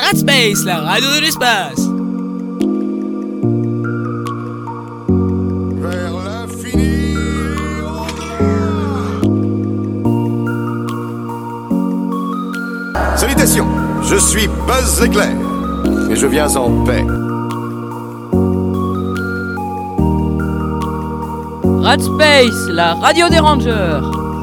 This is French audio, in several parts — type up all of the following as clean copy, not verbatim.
Radspace, la radio de l'espace. Vers l'infini et au-delà. Salutations, je suis Buzz Éclair et je viens en paix. Radspace, la radio des Rangers.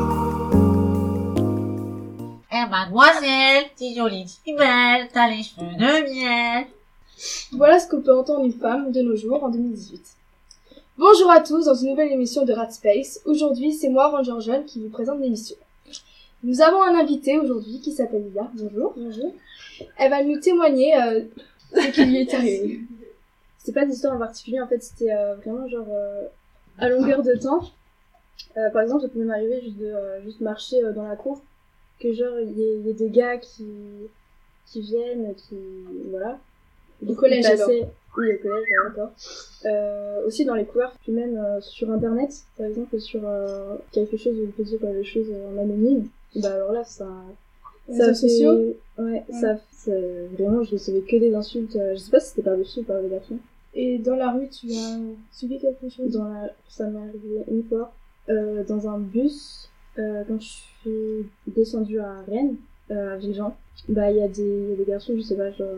Eh mademoiselle, t'es jolie, t'es belle, t'as les cheveux de miel. Voilà ce que peut entendre une femme de nos jours en 2018. Bonjour à tous dans une nouvelle émission de Radspace. Aujourd'hui, c'est moi, Ranger Jeune, qui vous présente l'émission. Nous avons un invité aujourd'hui qui s'appelle Lia. Bonjour. Bonjour. Elle va nous témoigner ce qui lui est arrivé. C'était pas une histoire en particulier, en fait, c'était vraiment genre à longueur de temps. Par exemple, ça pouvait m'arriver juste marcher dans la cour, que genre il y ait des gars qui viennent, voilà. Au collège alors. Oui, au collège, d'accord. Aussi dans les couverts, puis même sur internet, par exemple, sur quelque chose où on peut dire les choses en anonyme. Bah alors là, ça réseaux sociaux. Ouais, ça vraiment, je recevais que des insultes. Je sais pas si c'était par des filles ou par des garçons. Et dans la rue, tu as subi quelque chose? Ça m'est arrivé une fois dans un bus quand je suis descendue à Rennes, à Villejean. Bah il y a des garçons, je sais pas, genre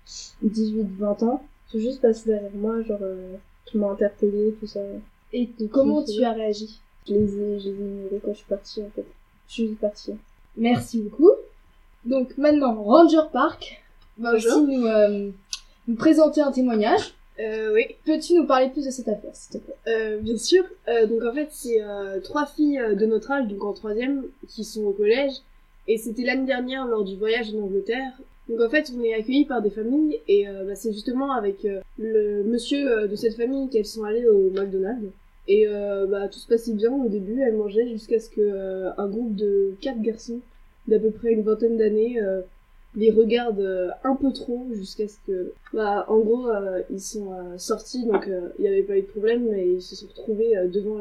18-20 ans, qui sont juste passés derrière moi, genre qui m'ont interpellée, tout ça. Et comment tu as réagi? Je les ai ignorés quand je suis partie en fait. Je suis partie. Merci beaucoup. Donc maintenant, Ranger Park va aussi nous présenter un témoignage. Oui. Peux-tu nous parler plus de cette affaire, s'il te plaît? Bien sûr. Donc en fait, c'est 3 filles de notre âge, donc en 3e, qui sont au collège. Et c'était l'année dernière lors du voyage en Angleterre. Donc en fait, on est accueillis par des familles et c'est justement avec le monsieur de cette famille qu'elles sont allées au McDonald's. Et tout se passait bien au début, elles mangeaient jusqu'à ce que un groupe de 4 garçons d'à peu près une vingtaine d'années les regarde un peu trop jusqu'à ce que en gros ils sont sortis, donc il n'y avait pas eu de problème, mais ils se sont retrouvés devant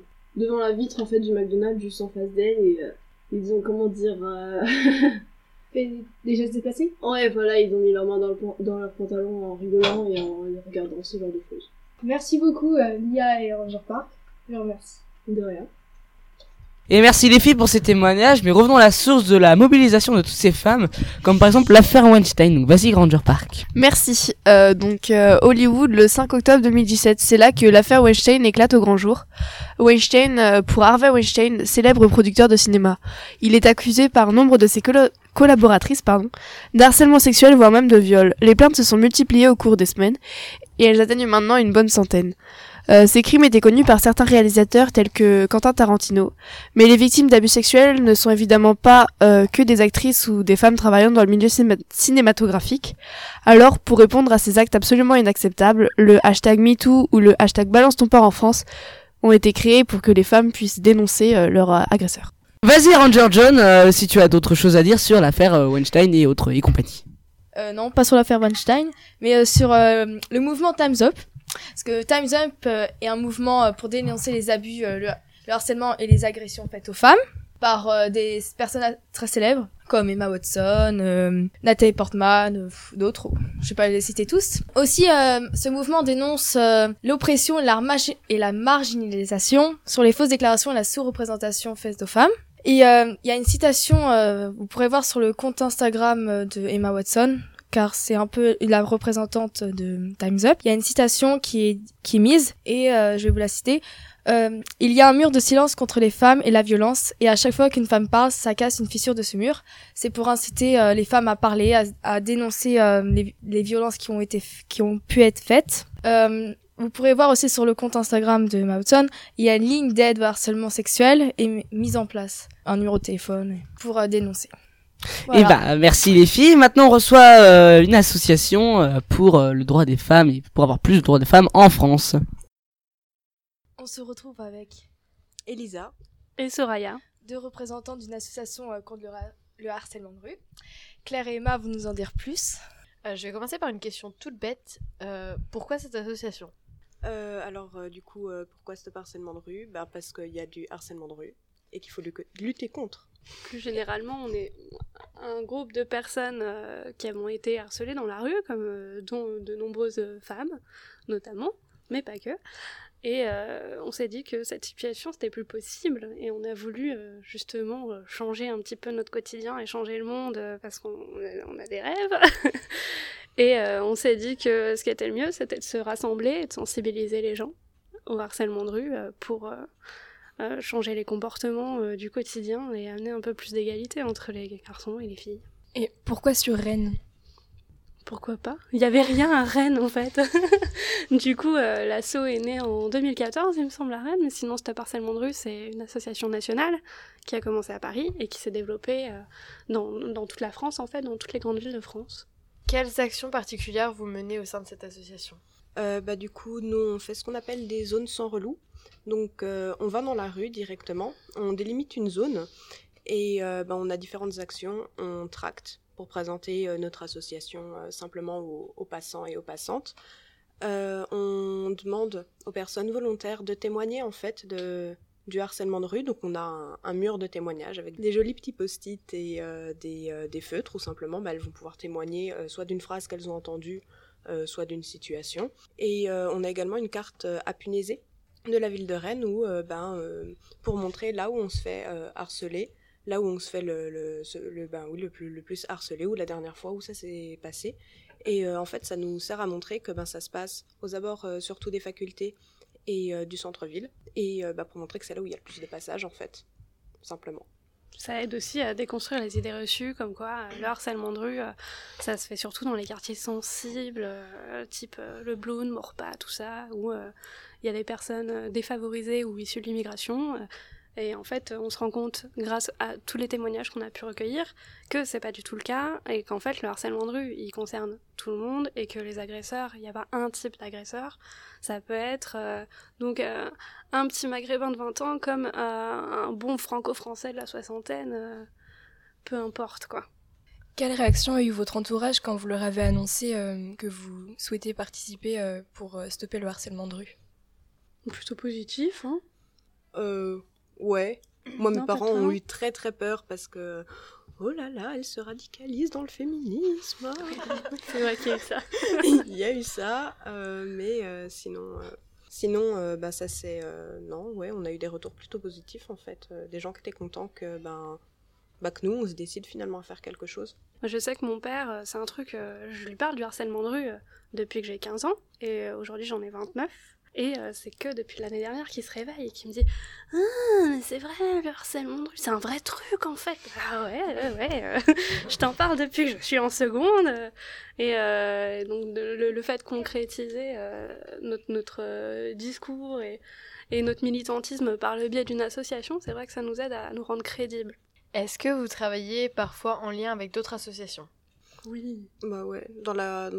la vitre en fait du McDonald's juste en face d'elle et ils ont comment dire Fait des gestes déplacés? ouais voilà, ils ont mis leurs mains dans leur pantalon en rigolant et en regardant ce genre de choses. Merci beaucoup Lia et Ranger Park. Je vous remercie. De rien. Et merci les filles pour ces témoignages, mais revenons à la source de la mobilisation de toutes ces femmes, comme par exemple l'affaire Weinstein. Donc vas-y Ranger Park. Merci. Hollywood, le 5 octobre 2017, c'est là que l'affaire Weinstein éclate au grand jour. Weinstein, pour Harvey Weinstein, célèbre producteur de cinéma. Il est accusé par nombre de ses collaboratrices, d'harcèlement sexuel, voire même de viol. Les plaintes se sont multipliées au cours des semaines, et elles atteignent maintenant une bonne centaine. Ces crimes étaient connus par certains réalisateurs tels que Quentin Tarantino, mais les victimes d'abus sexuels ne sont évidemment pas que des actrices ou des femmes travaillant dans le milieu cinématographique. Alors, pour répondre à ces actes absolument inacceptables, le hashtag MeToo ou le hashtag Balance ton porc en France ont été créés pour que les femmes puissent dénoncer leurs agresseurs. Vas-y Ranger John, si tu as d'autres choses à dire sur l'affaire Weinstein et autres et compagnie. Non, pas sur l'affaire Weinstein, mais sur le mouvement Time's Up. Parce que Time's Up est un mouvement pour dénoncer les abus, le harcèlement et les agressions faites aux femmes par des personnes très célèbres comme Emma Watson, Natalie Portman, d'autres, je vais pas les citer tous. Aussi, ce mouvement dénonce l'oppression et la marginalisation sur les fausses déclarations et la sous-représentation faite aux femmes. Et il y a une citation, vous pourrez voir sur le compte Instagram de Emma Watson, car c'est un peu la représentante de Time's Up. Il y a une citation qui est mise, et je vais vous la citer. Il y a un mur de silence contre les femmes et la violence, et à chaque fois qu'une femme parle, ça casse une fissure de ce mur. C'est pour inciter les femmes à parler, à dénoncer les violences qui ont pu être faites. Vous pourrez voir aussi sur le compte Instagram de Mawson, il y a une ligne d'aide au harcèlement sexuel et mise en place, un numéro de téléphone pour dénoncer. Voilà. Et merci les filles. Maintenant on reçoit une association pour le droit des femmes et pour avoir plus de droits des femmes en France. On se retrouve avec Elisa et Soraya, deux représentantes d'une association contre le harcèlement de rue. Claire et Emma vont nous en dire plus. Je vais commencer par une question toute bête. Pourquoi cette association ? Pourquoi ce harcèlement de rue ? Parce qu'il y a du harcèlement de rue et qu'il faut lutter contre. Plus généralement, un groupe de personnes qui ont été harcelées dans la rue, comme dont de nombreuses femmes, notamment, mais pas que. Et on s'est dit que cette situation, c'était plus possible, et on a voulu justement changer un petit peu notre quotidien et changer le monde, parce qu'on a des rêves. Et on s'est dit que ce qui était le mieux, c'était de se rassembler et de sensibiliser les gens au harcèlement de rue pour changer les comportements du quotidien et amener un peu plus d'égalité entre les garçons et les filles. Et pourquoi sur Rennes ? Pourquoi pas ? Il n'y avait rien à Rennes, en fait. Du coup, l'asso est née en 2014, il me semble, à Rennes. Mais sinon, Stop Harcèlement de rue, c'est une association nationale qui a commencé à Paris et qui s'est développée dans toute la France, en fait, dans toutes les grandes villes de France. Quelles actions particulières vous menez au sein de cette association ? Du coup, nous, on fait ce qu'on appelle des zones sans relou. Donc, on va dans la rue directement, on délimite une zone et on a différentes actions. On tracte pour présenter notre association simplement aux passants et aux passantes. On demande aux personnes volontaires de témoigner en fait du harcèlement de rue. Donc on a un mur de témoignage avec des jolis petits post-it et des feutres où simplement elles vont pouvoir témoigner soit d'une phrase qu'elles ont entendue, soit d'une situation. Et on a également une carte apunaisée de la ville de Rennes où, pour montrer là où on se fait harceler, là où on se fait le plus harcelé, ou la dernière fois où ça s'est passé. Et en fait, ça nous sert à montrer que ça se passe aux abords surtout des facultés et du centre-ville, et pour montrer que c'est là où il y a le plus de passages, en fait, simplement. Ça aide aussi à déconstruire les idées reçues, comme quoi le harcèlement de rue, ça se fait surtout dans les quartiers sensibles, type le Blône, Maurepas, tout ça, où il y a des personnes défavorisées ou issues de l'immigration. Et en fait, on se rend compte, grâce à tous les témoignages qu'on a pu recueillir, que c'est pas du tout le cas, et qu'en fait, le harcèlement de rue, il concerne tout le monde, et que les agresseurs, il n'y a pas un type d'agresseur. Ça peut être un petit maghrébin de 20 ans, comme un bon franco-français de la soixantaine, peu importe, quoi. Quelle réaction a eu votre entourage quand vous leur avez annoncé que vous souhaitez participer pour stopper le harcèlement de rue ? Plutôt positif, hein. Ouais. Moi, mes Non, parents pas toi. ont eu très très peur parce que oh là là, elle se radicalise dans le féminisme. C'est vrai qu'il y a eu ça. Il y a eu ça, mais sinon, ça c'est non, ouais, on a eu des retours plutôt positifs en fait, des gens qui étaient contents que que nous on se décide finalement à faire quelque chose. Je sais que mon père, c'est un truc, je lui parle du harcèlement de rue depuis que j'ai 15 ans, et aujourd'hui j'en ai 29. Et c'est que depuis l'année dernière qu'il se réveille et qu'il me dit « Ah, mais c'est vrai, le harcèlement de rue, c'est un vrai truc en fait !» Ah ouais, je t'en parle depuis que je suis en seconde. Et donc le fait de concrétiser notre discours et notre militantisme par le biais d'une association, c'est vrai que ça nous aide à nous rendre crédibles. Est-ce que vous travaillez parfois en lien avec d'autres associations ? Oui. Bah ouais, dans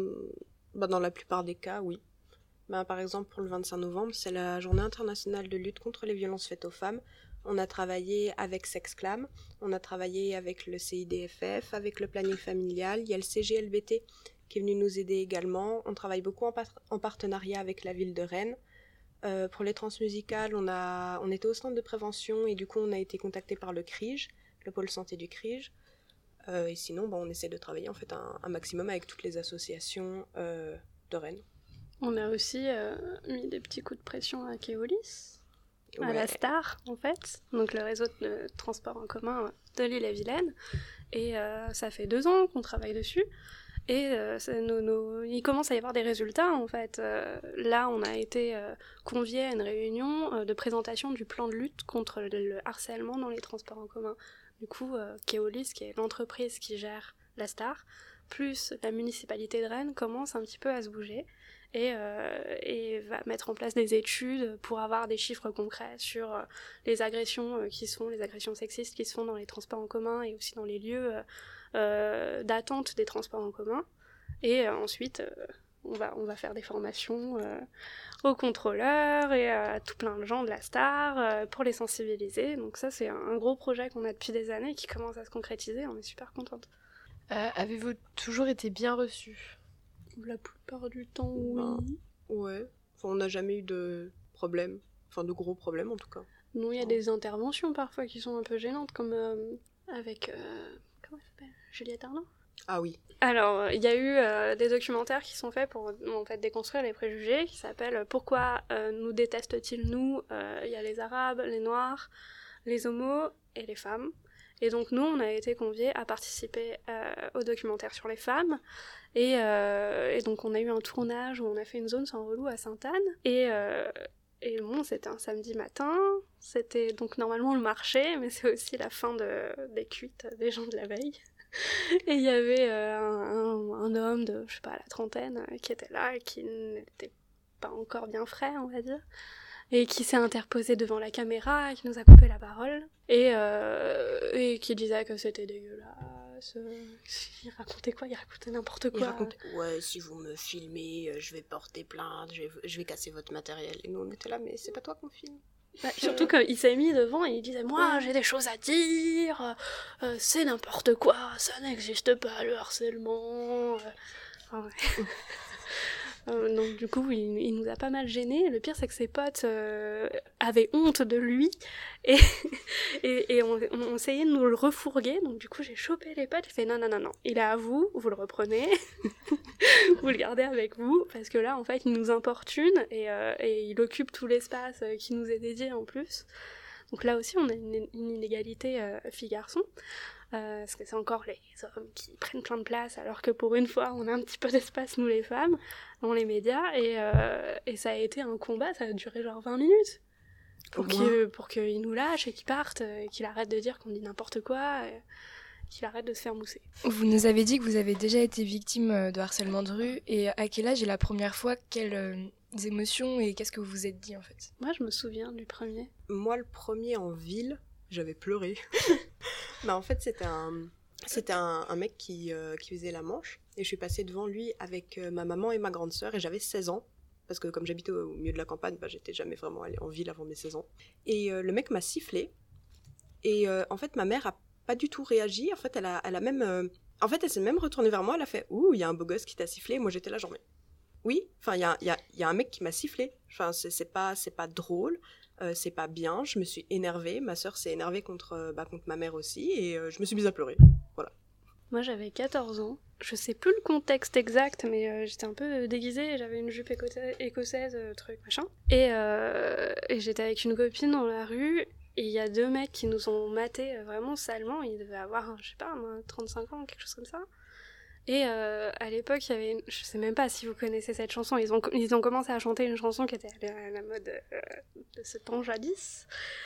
la plupart des cas, oui. Par exemple, pour le 25 novembre, c'est la journée internationale de lutte contre les violences faites aux femmes. On a travaillé avec Sexclam, on a travaillé avec le CIDFF, avec le planning familial, il y a le CGLBT qui est venu nous aider également. On travaille beaucoup en partenariat avec la ville de Rennes. Pour les transmusicales, on était au centre de prévention et du coup on a été contacté par le CRIJ, le pôle santé du CRIJ. Et sinon, on essaie de travailler en fait un maximum avec toutes les associations de Rennes. On a aussi mis des petits coups de pression à Keolis, à Ouais. la Star en fait, donc le réseau de transport en commun de l'île-et-Vilaine. Et ça fait 2 ans qu'on travaille dessus. Et il commence à y avoir des résultats en fait. Là, on a été conviés à une réunion de présentation du plan de lutte contre le harcèlement dans les transports en commun. Du coup, Keolis, qui est l'entreprise qui gère la Star, plus la municipalité de Rennes, commence un petit peu à se bouger et va mettre en place des études pour avoir des chiffres concrets sur les agressions les agressions sexistes qui se font dans les transports en commun et aussi dans les lieux d'attente des transports en commun. Et ensuite, on va faire des formations aux contrôleurs et à tout plein de gens de la Star pour les sensibiliser. Donc ça, c'est un gros projet qu'on a depuis des années qui commence à se concrétiser. On est super contente. Avez-vous toujours été bien reçus ? La plupart du temps, oui. Ouais. On n'a jamais eu de problème. Enfin, de gros problèmes, en tout cas. Non, il y a des interventions parfois qui sont un peu gênantes, comme avec... comment elle s'appelle, Juliette Arnaud. Ah oui. Alors, il y a eu des documentaires qui sont faits pour en fait déconstruire les préjugés, qui s'appellent Pourquoi nous détestent-ils nous. Il y a les Arabes, les Noirs, les homos et les femmes. Et donc nous, on a été conviés à participer au documentaire sur les femmes. Et donc on a eu un tournage où on a fait une zone sans relou à Sainte-Anne. Et bon, c'était un samedi matin. C'était donc normalement le marché, mais c'est aussi la fin des cuites des gens de la veille. Et il y avait un homme de, je sais pas, la trentaine qui était là, qui n'était pas encore bien frais, on va dire, et qui s'est interposé devant la caméra, qui nous a coupé la parole, et qui disait que c'était dégueulasse. Il racontait quoi? Il racontait n'importe quoi. Il racontait, ouais, si vous me filmez, je vais porter plainte, je vais casser votre matériel. Et nous, on était là, mais c'est pas toi qu'on filme. Bah, surtout qu'il s'est mis devant et il disait moi j'ai des choses à dire, c'est n'importe quoi, ça n'existe pas le harcèlement. Enfin, ouais. Donc du coup il nous a pas mal gênés. Le pire c'est que ses potes avaient honte de lui et on essayait de nous le refourguer. Donc du coup j'ai chopé les potes, j'ai fait non, il est à vous, vous le reprenez, vous le gardez avec vous, parce que là en fait il nous importune et il occupe tout l'espace qui nous est dédié en plus. Donc là aussi on a une inégalité filles-garçons. Parce que c'est encore les hommes qui prennent plein de place, alors que pour une fois on a un petit peu d'espace nous les femmes dans les médias, et ça a été un combat, ça a duré genre 20 minutes pour qu'il nous lâche et qu'il parte, et qu'il arrête de dire qu'on dit n'importe quoi, et qu'il arrête de se faire mousser. Vous nous avez dit que vous avez déjà été victime de harcèlement de rue, et à quel âge est la première fois, quelles émotions et qu'est-ce que vous vous êtes dit en fait? Moi je me souviens du premier. Moi le premier en ville, j'avais pleuré. Bah en fait c'était un mec qui faisait la manche, et je suis passée devant lui avec ma maman et ma grande sœur, et j'avais 16 ans, parce que comme j'habitais au milieu de la campagne, bah, j'étais jamais vraiment allée en ville avant mes 16 ans. Et le mec m'a sifflé, et en fait ma mère a pas du tout réagi, en fait elle a même... en fait elle s'est même retournée vers moi, elle a fait « Ouh, il y a un beau gosse qui t'a sifflé », moi j'étais là genre « Mais oui, enfin il y a un mec qui m'a sifflé, enfin c'est pas drôle. C'est pas bien, je me suis énervée, ma sœur s'est énervée contre ma mère aussi, et je me suis mise à pleurer, voilà. Moi j'avais 14 ans, je sais plus le contexte exact, mais j'étais un peu déguisée, j'avais une jupe écossaise, truc machin, et j'étais avec une copine dans la rue, et il y a deux mecs qui nous ont matés vraiment salement, ils devaient avoir, je sais pas, moi, 35 ans, quelque chose comme ça. Et à l'époque, il y avait je sais même pas si vous connaissez cette chanson, ils ont commencé à chanter une chanson qui était à la mode de ce temps jadis.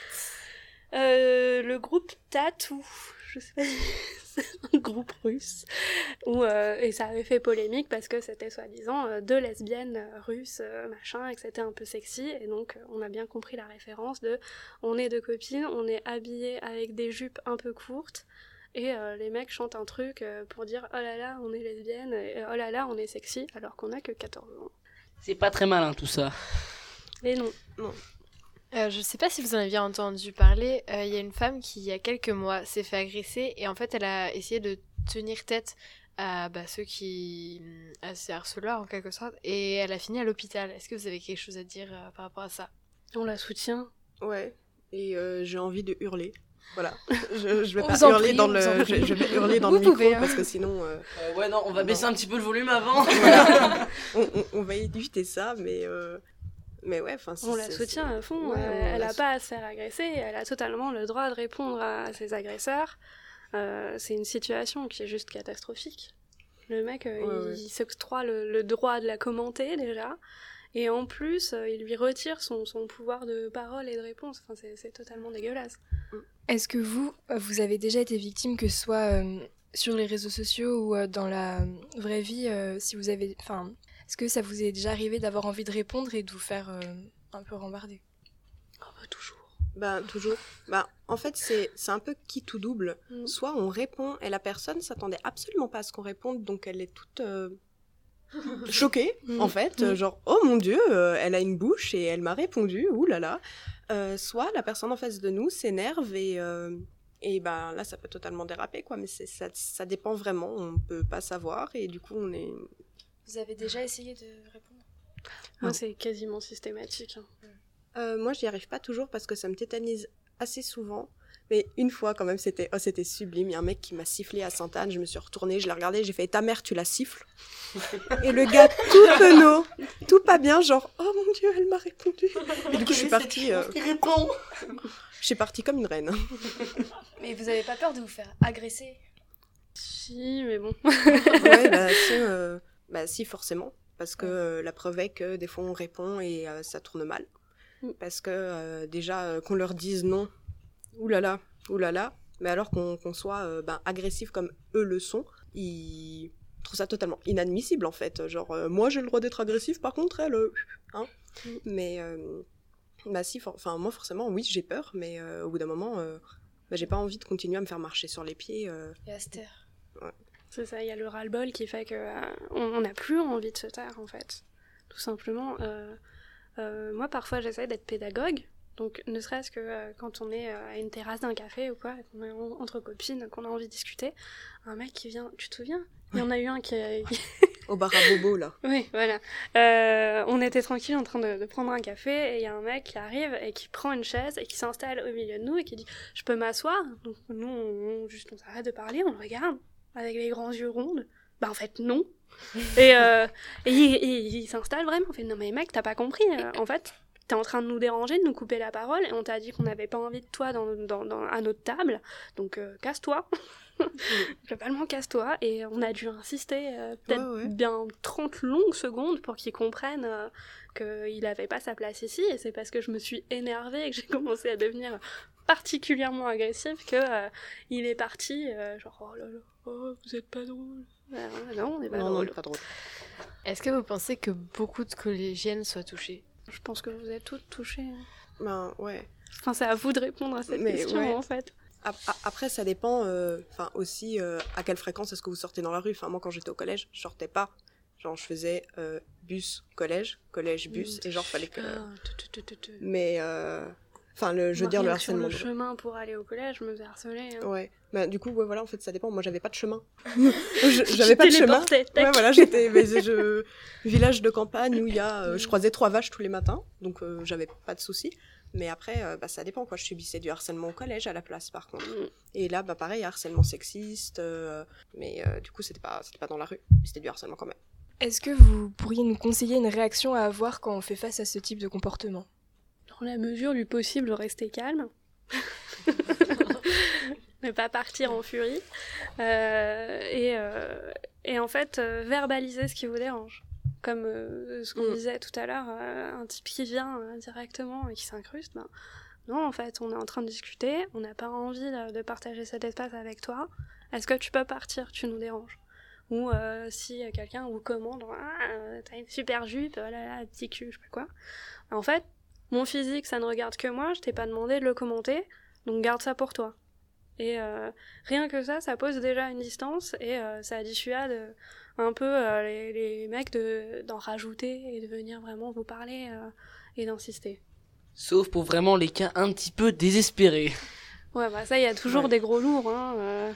Le groupe Tattoo, je sais pas si c'est un groupe russe, et ça avait fait polémique parce que c'était soi-disant deux lesbiennes russes, machin, et que c'était un peu sexy, et donc on a bien compris la référence de on est deux copines, on est habillées avec des jupes un peu courtes, et les mecs chantent un truc pour dire oh là là on est lesbienne, et oh là là on est sexy, alors qu'on a que 14 ans. C'est pas très malin tout ça. Et non. Je sais pas si vous en avez entendu parler, il y a une femme qui il y a quelques mois s'est fait agresser, et en fait elle a essayé de tenir tête à ces harceleurs en quelque sorte, et elle a fini à l'hôpital. Est-ce que vous avez quelque chose à dire par rapport à ça? On la soutient. Ouais, et j'ai envie de hurler. Voilà, je vais pas hurler dans le, je vais hurler dans le micro parce que sinon. Ouais non, on va baisser un petit peu le volume avant. Voilà. on va éviter ça, mais ouais, enfin. On la soutient à fond. Ouais, elle a pas à se faire agresser. Elle a totalement le droit de répondre à ses agresseurs. C'est une situation qui est juste catastrophique. Le mec, il s'octroie le droit de la commenter déjà. Et en plus, il lui retire son pouvoir de parole et de réponse. Enfin, c'est totalement dégueulasse. Est-ce que vous avez déjà été victime, que ce soit sur les réseaux sociaux ou dans la vraie vie, est-ce que ça vous est déjà arrivé d'avoir envie de répondre et de vous faire un peu rembarder? Toujours. En fait, c'est un peu qui tout double. Soit on répond et la personne s'attendait absolument pas à ce qu'on réponde, donc elle est toute choquée, en fait. Genre, oh mon Dieu, elle a une bouche et elle m'a répondu, oulala. Soit la personne en face de nous s'énerve et là, ça peut totalement déraper, quoi. Mais ça dépend vraiment, on peut pas savoir et du coup, on est... Vous avez déjà essayé de répondre? Moi, c'est quasiment systématique. Moi, j'y arrive pas toujours parce que ça me tétanise assez souvent. Mais une fois, quand même, c'était sublime. Il y a un mec qui m'a sifflé à Sainte-Anne. Je me suis retournée, je l'ai regardé, j'ai fait « Ta mère, tu la siffles ?» Et le gars, tout penaud, tout pas bien, genre « Oh mon Dieu, elle m'a répondu !» Et du coup, je suis partie... Je suis partie comme une reine. Mais vous avez pas peur de vous faire agresser? Si, mais bon. Ouais, si, forcément. Parce que la preuve est que des fois, on répond et ça tourne mal. Parce que déjà, qu'on leur dise non, oulala, mais alors qu'on soit agressif comme eux le sont, ils trouvent ça totalement inadmissible en fait. Genre, moi j'ai le droit d'être agressif, par contre elle, hein. Mais si, moi forcément, oui, j'ai peur, mais au bout d'un moment, j'ai pas envie de continuer à me faire marcher sur les pieds. Et à se taire. Ouais. C'est ça, il y a le ras-le-bol qui fait que on n'a plus envie de se taire en fait. Tout simplement. Moi parfois j'essaie d'être pédagogue. Donc, ne serait-ce que quand on est à une terrasse d'un café ou quoi, qu'on est entre copines, qu'on a envie de discuter, un mec qui vient, tu te souviens ? Il y en a eu un qui... Au bar à Bobo, là. Oui, voilà. On était tranquille en train de prendre un café, et il y a un mec qui arrive et qui prend une chaise et qui s'installe au milieu de nous et qui dit « Je peux m'asseoir ?» Donc, nous, on s'arrête de parler, on le regarde, avec les grands yeux ronds. Bah, en fait, non. Et il s'installe vraiment. On fait « Non, mais mec, t'as pas compris. En fait... T'es en train de nous déranger, de nous couper la parole, et on t'a dit qu'on n'avait pas envie de toi à notre table, donc casse-toi. Globalement, casse-toi. Et on a dû insister peut-être bien 30 longues secondes pour qu'il comprenne qu'il n'avait pas sa place ici, et c'est parce que je me suis énervée et que j'ai commencé à devenir particulièrement agressive que il est parti genre « Oh là là, vous êtes pas drôle. » Non, on n'est pas drôle. Est-ce que vous pensez que beaucoup de collégiennes soient touchées ? Je pense que vous êtes toutes touchées. Ben, ouais. Enfin, c'est à vous de répondre à cette question, en fait. Après, ça dépend aussi à quelle fréquence est-ce que vous sortez dans la rue. Enfin, moi, quand j'étais au collège, je sortais pas. Genre, je faisais bus, collège, bus, et genre, fallait que... Mais... Enfin, je veux dire, le harcèlement. Sur le chemin pour aller au collège, je me faisais harceler. Hein. Ouais. Bah, du coup, voilà, en fait, ça dépend. Moi, j'avais pas de chemin. J'avais pas de chemin. Tac. Ouais, voilà, j'étais village de campagne où il y a, je croisais 3 vaches tous les matins, donc j'avais pas de soucis. Mais après, ça dépend, quoi. Je subissais du harcèlement au collège à la place, par contre. Et là, pareil, harcèlement sexiste, mais du coup, c'était pas dans la rue, mais c'était du harcèlement quand même. Est-ce que vous pourriez nous conseiller une réaction à avoir quand on fait face à ce type de comportement ? Dans la mesure du possible, rester calme. Ne pas partir en furie. Et en fait, verbaliser ce qui vous dérange. Comme ce qu'on disait tout à l'heure, un type qui vient directement et qui s'incruste, non, en fait, on est en train de discuter, on n'a pas envie de partager cet espace avec toi. Est-ce que tu peux partir ? Tu nous déranges. Ou si quelqu'un vous commande, t'as une super jupe, oh là là, petit cul, je sais pas quoi. En fait, mon physique, ça ne regarde que moi, je t'ai pas demandé de le commenter, donc garde ça pour toi. Et rien que ça pose déjà une distance, et ça dissuade un peu les mecs d'en rajouter et de venir vraiment vous parler et d'insister. Sauf pour vraiment les cas un petit peu désespérés. Ouais, ça, il y a toujours des gros lourds, hein.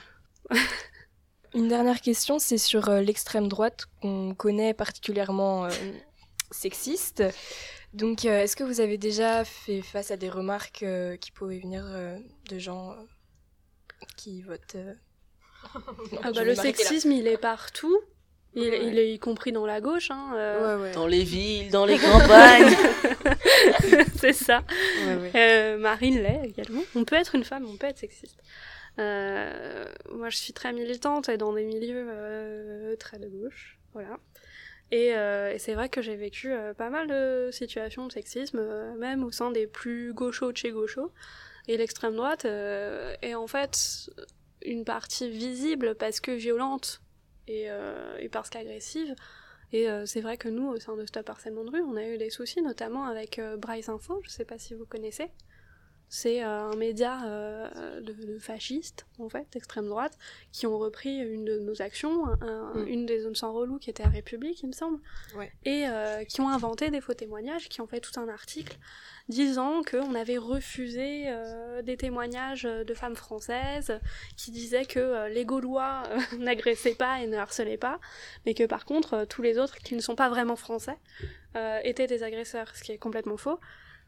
Une dernière question, c'est sur l'extrême droite, qu'on connaît particulièrement sexiste. Donc, est-ce que vous avez déjà fait face à des remarques qui pouvaient venir de gens qui votent le sexisme, il est partout. Il est y compris dans la gauche. Hein, Dans les villes, dans les campagnes. C'est ça. Marine l'est également. On peut être une femme, on peut être sexiste. Moi, je suis très militante et dans des milieux très de gauche. Voilà. Et c'est vrai que j'ai vécu pas mal de situations de sexisme, même au sein des plus gauchos de chez gauchos. Et l'extrême droite est en fait une partie visible parce que violente et parce qu'agressive. Et c'est vrai que nous, au sein de Stop Harcèlement de rue, on a eu des soucis, notamment avec Bryce Info, je sais pas si vous connaissez. C'est un média de fascistes, en fait, d'extrême droite, qui ont repris une de nos actions, une des zones sans relou qui était à République, il me semble, et qui ont inventé des faux témoignages, qui ont fait tout un article disant qu'on avait refusé des témoignages de femmes françaises, qui disaient que les Gaulois n'agressaient pas et ne harcelaient pas, mais que par contre, tous les autres qui ne sont pas vraiment français étaient des agresseurs, ce qui est complètement faux.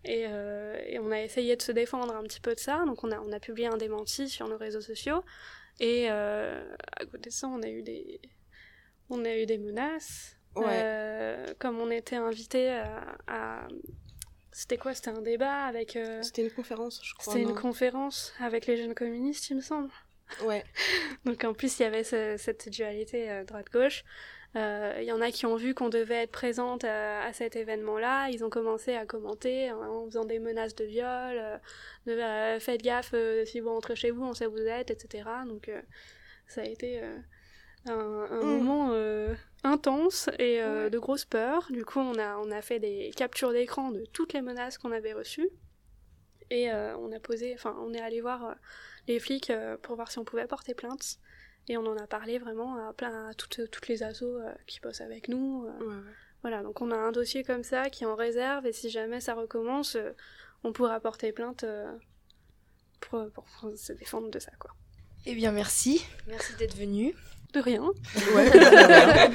Et on a essayé de se défendre un petit peu de ça, donc on a publié un démenti sur nos réseaux sociaux, et à côté de ça, on a eu des menaces. Comme on était invité à... C'était quoi? C'était un débat avec... C'était une conférence, je crois. C'était une conférence avec les jeunes communistes, il me semble. Ouais. Donc en plus, il y avait cette dualité droite-gauche. Il y en a qui ont vu qu'on devait être présente à cet événement-là. Ils ont commencé à commenter en faisant des menaces de viol, faites gaffe si vous rentrez chez vous, on sait où vous êtes, etc. Donc ça a été un moment intense et de grosse peur. Du coup, on a fait des captures d'écran de toutes les menaces qu'on avait reçues. Et on est allé voir les flics pour voir si on pouvait porter plainte. Et on en a parlé vraiment à toutes les assos qui bossent avec nous. Voilà, donc on a un dossier comme ça qui est en réserve, et si jamais ça recommence, on pourra porter plainte pour se défendre de ça, quoi. Eh bien, merci. Merci d'être venu. De rien. Ouais,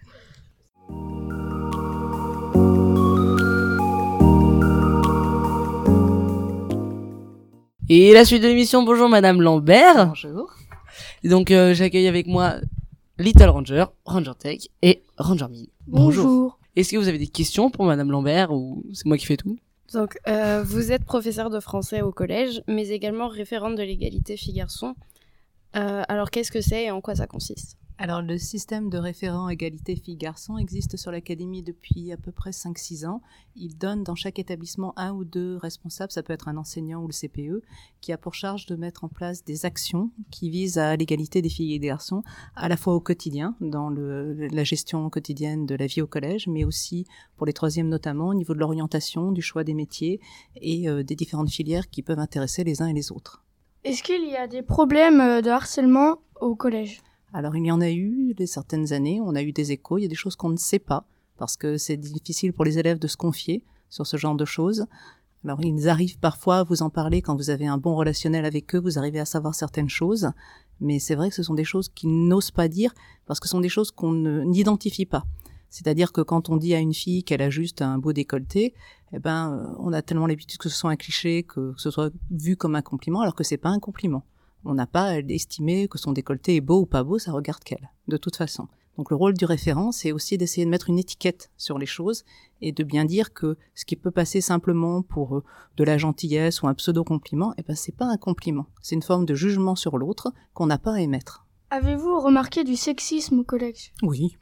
Et la suite de l'émission, bonjour Madame Lambert. Bonjour. Et donc j'accueille avec moi Little Ranger, Ranger Tech et Ranger Mine. Bonjour. Est-ce que vous avez des questions pour Madame Lambert ou c'est moi qui fais tout? Donc vous êtes professeur de français au collège, mais également référente de l'égalité filles-garçons. Alors qu'est-ce que c'est et en quoi ça consiste? Alors, le système de référent égalité filles-garçons existe sur l'académie depuis à peu près 5-6 ans. Il donne dans chaque établissement 1 ou 2 responsables, ça peut être un enseignant ou le CPE, qui a pour charge de mettre en place des actions qui visent à l'égalité des filles et des garçons, à la fois au quotidien, dans la gestion quotidienne de la vie au collège, mais aussi pour les troisièmes notamment, au niveau de l'orientation, du choix des métiers et des différentes filières qui peuvent intéresser les uns et les autres. Est-ce qu'il y a des problèmes de harcèlement au collège? Alors, il y en a eu certaines années, on a eu des échos, il y a des choses qu'on ne sait pas, parce que c'est difficile pour les élèves de se confier sur ce genre de choses. Alors, ils arrivent parfois à vous en parler quand vous avez un bon relationnel avec eux, vous arrivez à savoir certaines choses, mais c'est vrai que ce sont des choses qu'ils n'osent pas dire, parce que ce sont des choses qu'on n'identifie pas. C'est-à-dire que quand on dit à une fille qu'elle a juste un beau décolleté, on a tellement l'habitude que ce soit un cliché, que ce soit vu comme un compliment, alors que c'est pas un compliment. On n'a pas à estimer que son décolleté est beau ou pas beau, ça regarde qu'elle, de toute façon. Donc le rôle du référent, c'est aussi d'essayer de mettre une étiquette sur les choses et de bien dire que ce qui peut passer simplement pour de la gentillesse ou un pseudo-compliment, c'est pas un compliment. C'est une forme de jugement sur l'autre qu'on n'a pas à émettre. Avez-vous remarqué du sexisme au collège? Oui.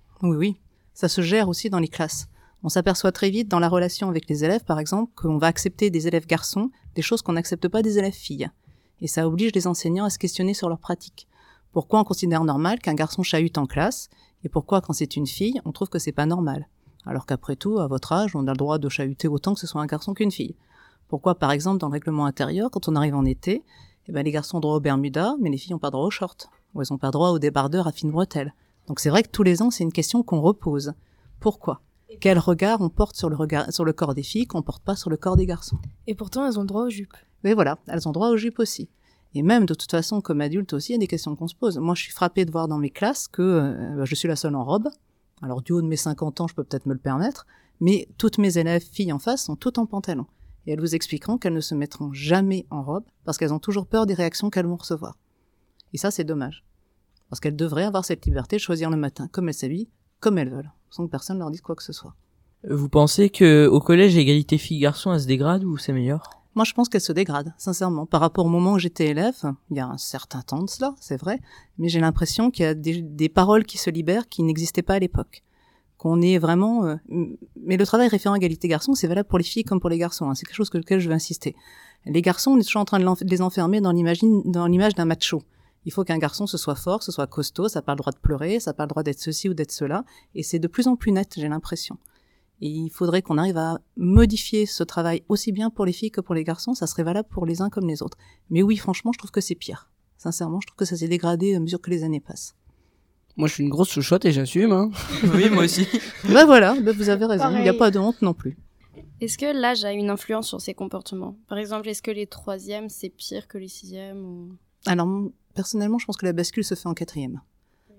Ça se gère aussi dans les classes. On s'aperçoit très vite dans la relation avec les élèves, par exemple, qu'on va accepter des élèves garçons des choses qu'on n'accepte pas des élèves filles. Et ça oblige les enseignants à se questionner sur leur pratique. Pourquoi on considère normal qu'un garçon chahute en classe, et pourquoi quand c'est une fille, on trouve que c'est pas normal? Alors qu'après tout, à votre âge, on a le droit de chahuter autant que ce soit un garçon qu'une fille. Pourquoi, par exemple, dans le règlement intérieur, quand on arrive en été, les garçons ont droit aux bermudas, mais les filles ont pas droit aux shorts, ou elles ont pas droit aux débardeurs à fines bretelles. Donc c'est vrai que tous les ans, c'est une question qu'on repose. Pourquoi? Quel regard on porte sur le corps des filles qu'on porte pas sur le corps des garçons? Et pourtant, elles ont droit aux jupes. Mais voilà, elles ont droit aux jupes aussi. Et même, de toute façon, comme adulte aussi, il y a des questions qu'on se pose. Moi, je suis frappée de voir dans mes classes que je suis la seule en robe. Alors, du haut de mes 50 ans, je peux peut-être me le permettre, mais toutes mes élèves filles en face sont toutes en pantalon. Et elles vous expliqueront qu'elles ne se mettront jamais en robe parce qu'elles ont toujours peur des réactions qu'elles vont recevoir. Et ça, c'est dommage. Parce qu'elles devraient avoir cette liberté de choisir le matin comme elles s'habillent, comme elles veulent, sans que personne leur dise quoi que ce soit. Vous pensez que au collège, l'égalité filles-garçons, elle se dégrade ou c'est meilleur? Moi, je pense qu'elle se dégrade, sincèrement. Par rapport au moment où j'étais élève, il y a un certain temps de cela, c'est vrai, mais j'ai l'impression qu'il y a des paroles qui se libèrent qui n'existaient pas à l'époque. Qu'on est vraiment... Mais le travail référent égalité garçons, c'est valable pour les filles comme pour les garçons. C'est quelque chose sur lequel je veux insister. Les garçons, on est toujours en train de les enfermer dans l'image d'un macho. Il faut qu'un garçon se soit fort, se soit costaud, ça n'a pas le droit de pleurer, ça n'a pas le droit d'être ceci ou d'être cela. Et c'est de plus en plus net, j'ai l'impression. Et il faudrait qu'on arrive à modifier ce travail aussi bien pour les filles que pour les garçons, ça serait valable pour les uns comme les autres. Mais oui, franchement, je trouve que c'est pire. Sincèrement, je trouve que ça s'est dégradé à mesure que les années passent. Moi, je suis une grosse chouchotte et j'assume, hein. Oui, moi aussi. Voilà, vous avez raison, il n'y a pas de honte non plus. Est-ce que l'âge a une influence sur ces comportements? Par exemple, est-ce que les 3e, c'est pire que les 6e ou... Alors, personnellement, je pense que la bascule se fait en 4e.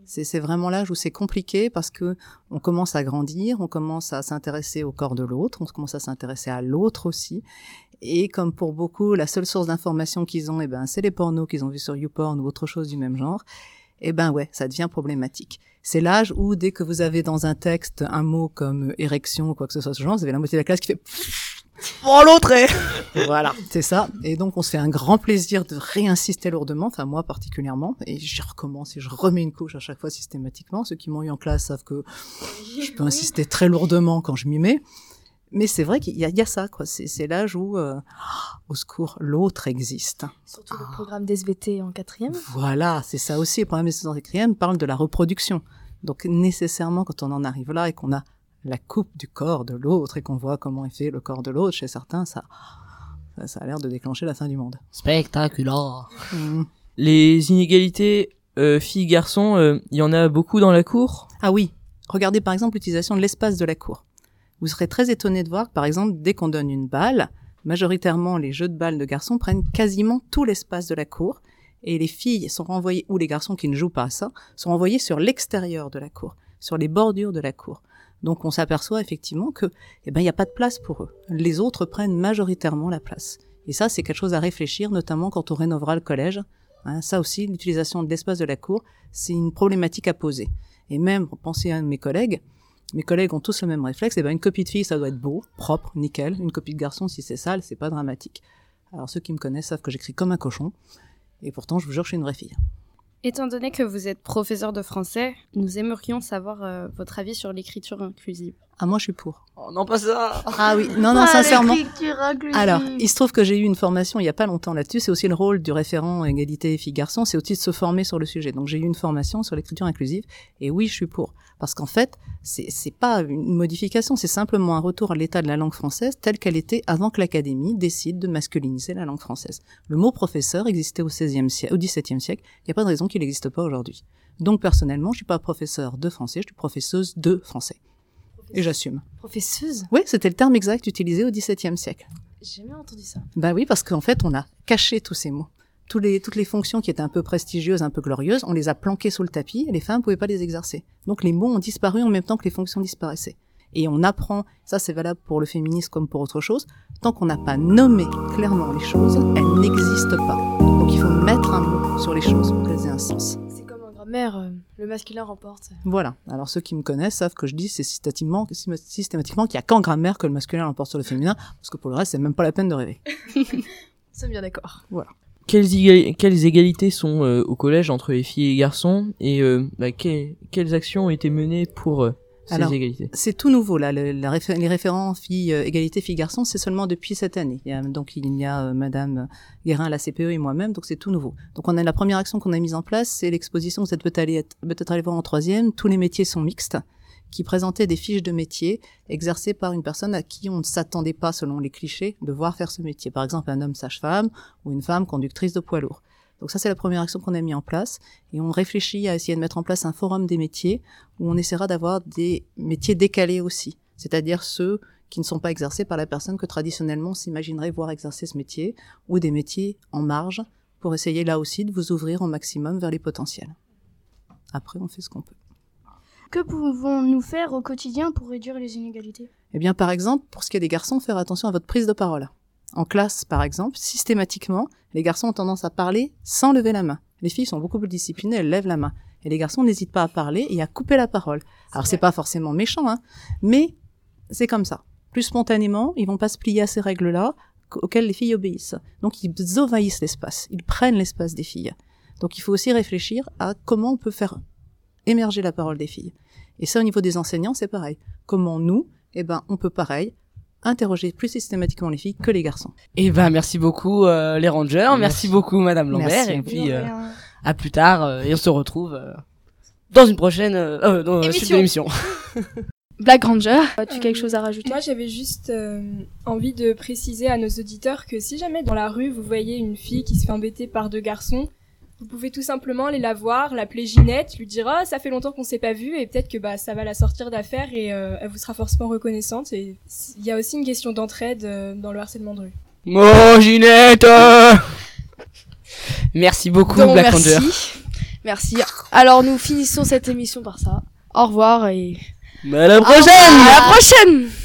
C'est vraiment l'âge où c'est compliqué parce que on commence à grandir, on commence à s'intéresser au corps de l'autre, on commence à s'intéresser à l'autre aussi. Et comme pour beaucoup, la seule source d'information qu'ils ont, c'est les pornos qu'ils ont vus sur YouPorn ou autre chose du même genre. Ça devient problématique. C'est l'âge où, dès que vous avez dans un texte un mot comme érection ou quoi que ce soit ce genre, vous avez la moitié de la classe qui fait oh l'autre est voilà, c'est ça. Et donc on se fait un grand plaisir de réinsister lourdement, enfin moi particulièrement, et je recommence et je remets une couche à chaque fois systématiquement. Ceux qui m'ont eu en classe savent que je peux insister très lourdement quand je m'y mets. Mais c'est vrai qu'il y a ça, quoi. C'est l'âge où, au secours, l'autre existe. Surtout le programme d'SVT en 4e. Voilà, c'est ça aussi. Le programme d'SVT en 4e parle de la reproduction. Donc nécessairement, quand on en arrive là et qu'on a la coupe du corps de l'autre et qu'on voit comment est fait le corps de l'autre, chez certains, ça a l'air de déclencher la fin du monde. Spectaculaire. Les inégalités filles-garçons, il y en a beaucoup dans la cour? Ah oui. Regardez par exemple l'utilisation de l'espace de la cour. Vous serez très étonné de voir que, par exemple, dès qu'on donne une balle, majoritairement les jeux de balles de garçons prennent quasiment tout l'espace de la cour, et les filles sont renvoyées, ou les garçons qui ne jouent pas à ça, sont renvoyés sur l'extérieur de la cour, sur les bordures de la cour. Donc on s'aperçoit effectivement que, il n'y a pas de place pour eux. Les autres prennent majoritairement la place. Et ça, c'est quelque chose à réfléchir, notamment quand on rénovera le collège. Ça aussi, l'utilisation de l'espace de la cour, c'est une problématique à poser. Et même, pensez à un de mes collègues ont tous le même réflexe, une copie de fille, ça doit être beau, propre, nickel. Une copie de garçon, si c'est sale, c'est pas dramatique. Alors ceux qui me connaissent savent que j'écris comme un cochon, et pourtant, je vous jure, je suis une vraie fille. Étant donné que vous êtes professeur de français, nous aimerions savoir votre avis sur l'écriture inclusive. Ah, moi, je suis pour. Oh non, pas ça. Ah oui, non, sincèrement. Alors, il se trouve que j'ai eu une formation il y a pas longtemps là-dessus. C'est aussi le rôle du référent égalité filles-garçons, c'est aussi de se former sur le sujet. Donc, j'ai eu une formation sur l'écriture inclusive. Et oui, je suis pour. Parce qu'en fait, c'est pas une modification, c'est simplement un retour à l'état de la langue française telle qu'elle était avant que l'Académie décide de masculiniser la langue française. Le mot professeur existait au XVIe siècle, au XVIIe siècle. Il n'y a pas de raison qu'il n'existe pas aujourd'hui. Donc, personnellement, je suis pas professeur de français, je suis professeuse de français. Et j'assume. Professeuse? Oui, c'était le terme exact utilisé au XVIIe siècle. J'ai jamais entendu ça. Oui, parce qu'en fait, on a caché tous ces mots. Toutes les fonctions qui étaient un peu prestigieuses, un peu glorieuses, on les a planquées sous le tapis et les femmes ne pouvaient pas les exercer. Donc les mots ont disparu en même temps que les fonctions disparaissaient. Et on apprend, ça c'est valable pour le féminisme comme pour autre chose, tant qu'on n'a pas nommé clairement les choses, elles n'existent pas. Donc il faut mettre un mot sur les choses pour qu'elles aient un sens. Mère, le masculin remporte. Voilà. Alors ceux qui me connaissent savent que je dis c'est systématiquement qu'il y a qu'en grammaire que le masculin l'emporte sur le féminin, parce que pour le reste c'est même pas la peine de rêver. Nous sommes bien d'accord. Voilà. Quelles égalités sont au collège entre les filles et les garçons, et quelles actions ont été menées pour ces égalités? C'est tout nouveau là. Les référents égalité filles-garçons, c'est seulement depuis cette année. Il y a Madame Guérin à la CPE et moi-même, donc c'est tout nouveau. Donc on a la première action qu'on a mise en place, c'est l'exposition que vous êtes peut-être allé voir en 3e. Tous les métiers sont mixtes, qui présentait des fiches de métier exercées par une personne à qui on ne s'attendait pas, selon les clichés, de voir faire ce métier. Par exemple, un homme sage-femme ou une femme conductrice de poids lourd. Donc ça, c'est la première action qu'on a mis en place. Et on réfléchit à essayer de mettre en place un forum des métiers où on essaiera d'avoir des métiers décalés aussi. C'est-à-dire ceux qui ne sont pas exercés par la personne que traditionnellement on s'imaginerait voir exercer ce métier, ou des métiers en marge pour essayer là aussi de vous ouvrir au maximum vers les potentiels. Après, on fait ce qu'on peut. Que pouvons-nous faire au quotidien pour réduire les inégalités? Eh bien, par exemple, pour ce qui est des garçons, faire attention à votre prise de parole. En classe, par exemple, systématiquement, les garçons ont tendance à parler sans lever la main. Les filles sont beaucoup plus disciplinées, elles lèvent la main. Et les garçons n'hésitent pas à parler et à couper la parole. Alors, c'est pas forcément méchant, mais c'est comme ça. Plus spontanément, ils vont pas se plier à ces règles-là auxquelles les filles obéissent. Donc, ils envahissent l'espace. Ils prennent l'espace des filles. Donc, il faut aussi réfléchir à comment on peut faire émerger la parole des filles. Et ça, au niveau des enseignants, c'est pareil. Comment nous, on peut pareil, interroger plus systématiquement les filles que les garçons. Merci beaucoup les rangers, merci beaucoup Madame Lambert, merci. Et puis à plus tard, et on se retrouve dans une prochaine suite de l'émission. Black Ranger, as-tu quelque chose à rajouter? Moi j'avais juste envie de préciser à nos auditeurs que si jamais dans la rue vous voyez une fille qui se fait embêter par deux garçons, vous pouvez tout simplement aller la voir, l'appeler Ginette, lui dire « Ah, ça fait longtemps qu'on s'est pas vu » et peut-être que ça va la sortir d'affaire et elle vous sera forcément reconnaissante. Et il y a aussi une question d'entraide dans le harcèlement de rue. Oh, Ginette Merci beaucoup, Black Ranger. Merci. Alors nous finissons cette émission par ça. Au revoir et à la prochaine. À la prochaine.